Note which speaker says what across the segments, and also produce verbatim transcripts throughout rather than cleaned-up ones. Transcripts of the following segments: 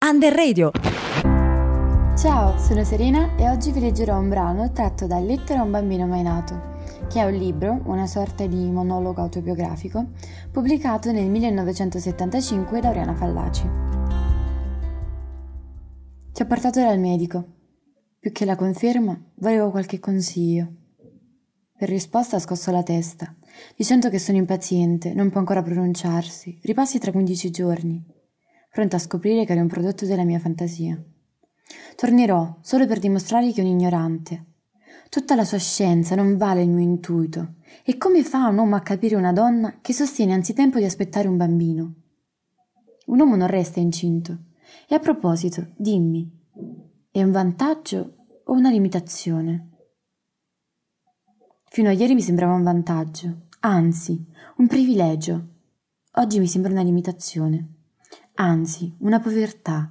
Speaker 1: Under Radio.
Speaker 2: Ciao, sono Serena e oggi vi leggerò un brano tratto da Lettera a un bambino mai nato, che è un libro, una sorta di monologo autobiografico, pubblicato nel millenovecentosettantacinque da Oriana Fallaci. Ti ho portato dal medico. Più che la conferma, volevo qualche consiglio. Per risposta ha scosso la testa, dicendo che sono impaziente, non può ancora pronunciarsi, ripassi tra quindici giorni, pronta a scoprire che eri un prodotto della mia fantasia. Tornerò solo per dimostrare che è un ignorante. Tutta la sua scienza non vale il mio intuito. E come fa un uomo a capire una donna che sostiene anzitempo di aspettare un bambino? Un uomo non resta incinto. E a proposito, dimmi, è un vantaggio o una limitazione? Fino a ieri mi sembrava un vantaggio, anzi, un privilegio. Oggi mi sembra una limitazione, anzi, una povertà.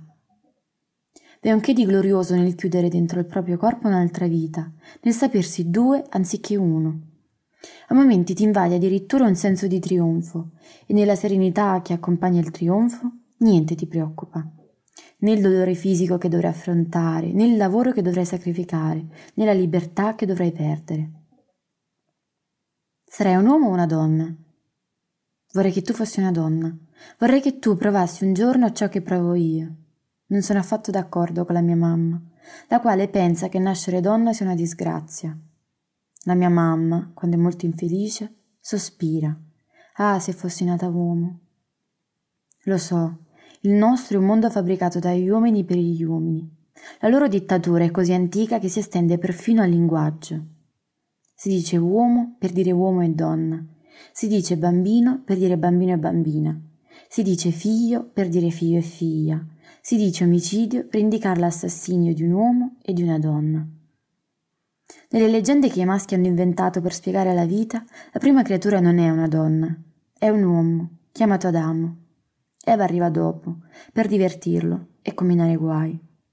Speaker 2: Vi è un che di glorioso nel chiudere dentro il proprio corpo un'altra vita, nel sapersi due anziché uno. A momenti ti invade addirittura un senso di trionfo, e nella serenità che accompagna il trionfo, niente ti preoccupa. Né il dolore fisico che dovrai affrontare, né il lavoro che dovrai sacrificare, né la libertà che dovrai perdere. Sarai un uomo o una donna? Vorrei che tu fossi una donna. Vorrei che tu provassi un giorno ciò che provo io. Non sono affatto d'accordo con la mia mamma, la quale pensa che nascere donna sia una disgrazia. La mia mamma, quando è molto infelice, sospira. Ah, se fossi nata uomo. Lo so, il nostro è un mondo fabbricato dagli uomini per gli uomini. La loro dittatura è così antica che si estende perfino al linguaggio. Si dice uomo per dire uomo e donna. Si dice bambino per dire bambino e bambina. Si dice figlio per dire figlio e figlia. Si dice omicidio per indicare l'assassinio di un uomo e di una donna. Nelle leggende che i maschi hanno inventato per spiegare la vita, la prima creatura non è una donna, è un uomo, chiamato Adamo. Eva arriva dopo, per divertirlo e combinare guai.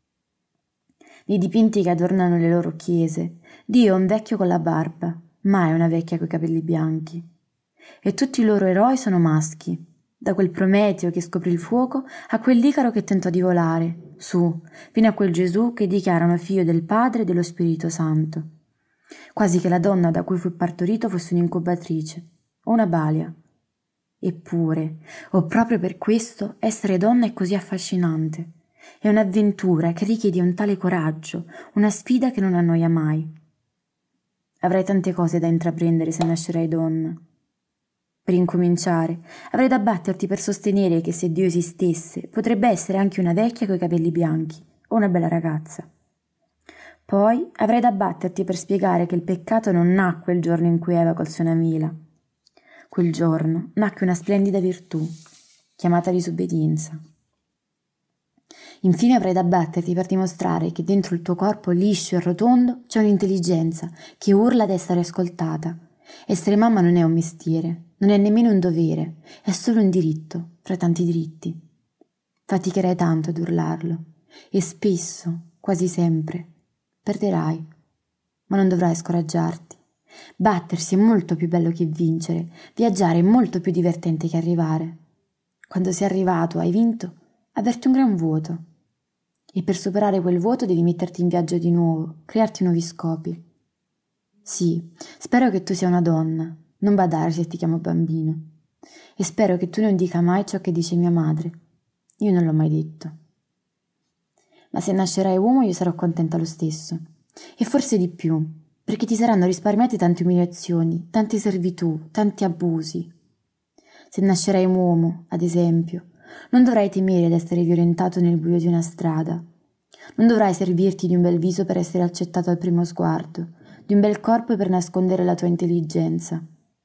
Speaker 2: Nei dipinti che adornano le loro chiese, Dio è un vecchio con la barba, mai una vecchia coi capelli bianchi. E tutti i loro eroi sono maschi, da quel Prometeo che scoprì il fuoco a quell'Icaro che tentò di volare, su, fino a quel Gesù che dichiarano figlio del Padre e dello Spirito Santo. Quasi che la donna da cui fu partorito fosse un'incubatrice, o una balia. Eppure, o proprio per questo, essere donna è così affascinante. È un'avventura che richiede un tale coraggio, una sfida che non annoia mai. Avrai tante cose da intraprendere se nascerai donna. Per incominciare, avrai da batterti per sostenere che se Dio esistesse, potrebbe essere anche una vecchia coi capelli bianchi o una bella ragazza. Poi avrai da batterti per spiegare che il peccato non nacque il giorno in cui Eva colse una mela. Quel giorno nacque una splendida virtù, chiamata disobbedienza. Infine avrai da batterti per dimostrare che dentro il tuo corpo liscio e rotondo c'è un'intelligenza che urla ad essere ascoltata. Essere mamma non è un mestiere, non è nemmeno un dovere, è solo un diritto, fra tanti diritti. Faticherai tanto ad urlarlo, e spesso, quasi sempre, perderai, ma non dovrai scoraggiarti. Battersi è molto più bello che vincere, viaggiare è molto più divertente che arrivare. Quando sei arrivato, hai vinto, avverti un gran vuoto. E per superare quel vuoto devi metterti in viaggio di nuovo, crearti nuovi scopi. Sì, spero che tu sia una donna, non badare se ti chiamo bambino. E spero che tu non dica mai ciò che dice mia madre. Io non l'ho mai detto. Ma se nascerai uomo io sarò contenta lo stesso. E forse di più, perché ti saranno risparmiate tante umiliazioni, tante servitù, tanti abusi. Se nascerai un uomo, ad esempio, non dovrai temere di essere violentato nel buio di una strada. Non dovrai servirti di un bel viso per essere accettato al primo sguardo, di un bel corpo per nascondere la tua intelligenza.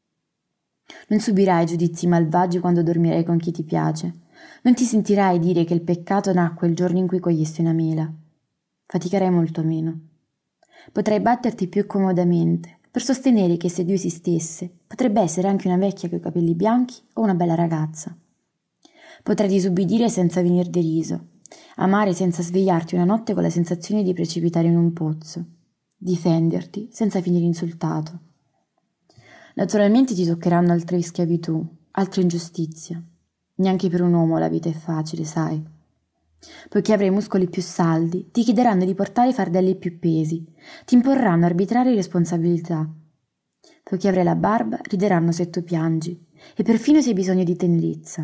Speaker 2: Non subirai giudizi malvagi quando dormirai con chi ti piace. Non ti sentirai dire che il peccato nacque il giorno in cui cogliesti una mela. Faticherai molto meno. Potrai batterti più comodamente per sostenere che se Dio esistesse, potrebbe essere anche una vecchia coi capelli bianchi o una bella ragazza. Potrai disubbidire senza venir deriso, amare senza svegliarti una notte con la sensazione di precipitare in un pozzo, difenderti senza finire insultato. Naturalmente ti toccheranno altre schiavitù, altre ingiustizie. Neanche per un uomo la vita è facile, sai. Poiché avrai muscoli più saldi, ti chiederanno di portare fardelli più pesi, ti imporranno arbitrarie responsabilità. Poiché avrai la barba, rideranno se tu piangi, e perfino se hai bisogno di tenerezza.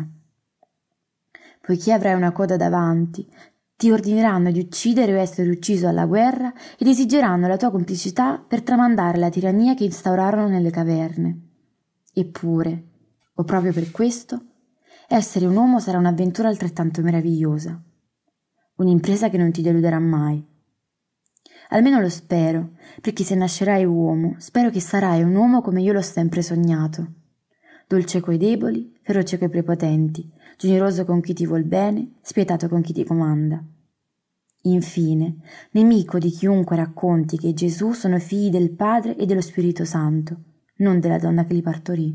Speaker 2: Poiché avrai una coda davanti, ti ordineranno di uccidere o essere ucciso alla guerra ed esigeranno la tua complicità per tramandare la tirannia che instaurarono nelle caverne. Eppure, o proprio per questo, essere un uomo sarà un'avventura altrettanto meravigliosa. Un'impresa che non ti deluderà mai. Almeno lo spero, perché se nascerai uomo, spero che sarai un uomo come io l'ho sempre sognato. Dolce coi deboli, feroce coi prepotenti, generoso con chi ti vuol bene, spietato con chi ti comanda. Infine, nemico di chiunque racconti che Gesù sono figli del Padre e dello Spirito Santo, non della donna che li partorì.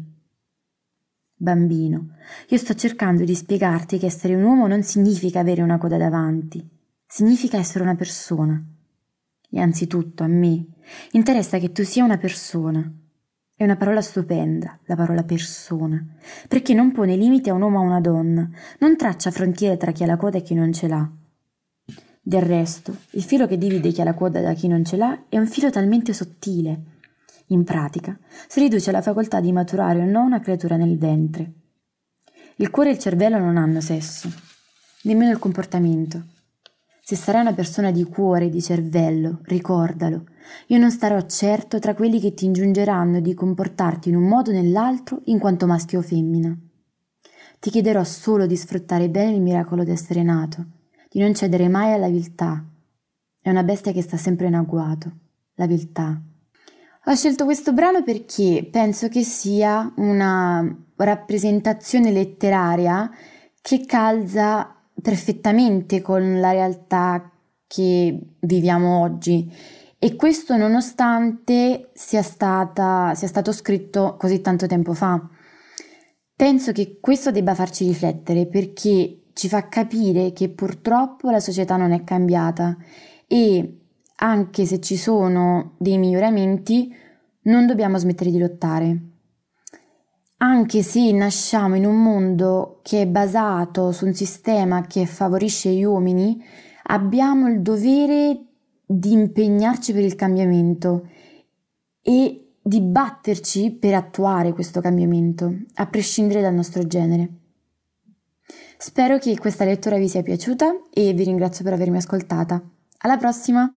Speaker 2: Bambino, io sto cercando di spiegarti che essere un uomo non significa avere una coda davanti, significa essere una persona. E anzitutto a me interessa che tu sia una persona. È una parola stupenda, la parola persona, perché non pone limiti a un uomo o a una donna, non traccia frontiere tra chi ha la coda e chi non ce l'ha. Del resto, il filo che divide chi ha la coda da chi non ce l'ha è un filo talmente sottile. In pratica, si riduce alla facoltà di maturare o no una creatura nel ventre. Il cuore e il cervello non hanno sesso, nemmeno il comportamento. Se sarai una persona di cuore e di cervello, ricordalo, io non starò certo tra quelli che ti ingiungeranno di comportarti in un modo o nell'altro in quanto maschio o femmina. Ti chiederò solo di sfruttare bene il miracolo d'essere nato, di non cedere mai alla viltà. È una bestia che sta sempre in agguato, la viltà. Ho scelto questo brano perché penso che sia una rappresentazione letteraria che calza perfettamente con la realtà che viviamo oggi, e questo nonostante sia stata sia stato scritto così tanto tempo fa. Penso che questo debba farci riflettere, perché ci fa capire che purtroppo la società non è cambiata e anche se ci sono dei miglioramenti non dobbiamo smettere di lottare. Anche se nasciamo in un mondo che è basato su un sistema che favorisce gli uomini, abbiamo il dovere di impegnarci per il cambiamento e di batterci per attuare questo cambiamento, a prescindere dal nostro genere. Spero che questa lettura vi sia piaciuta e vi ringrazio per avermi ascoltata. Alla prossima!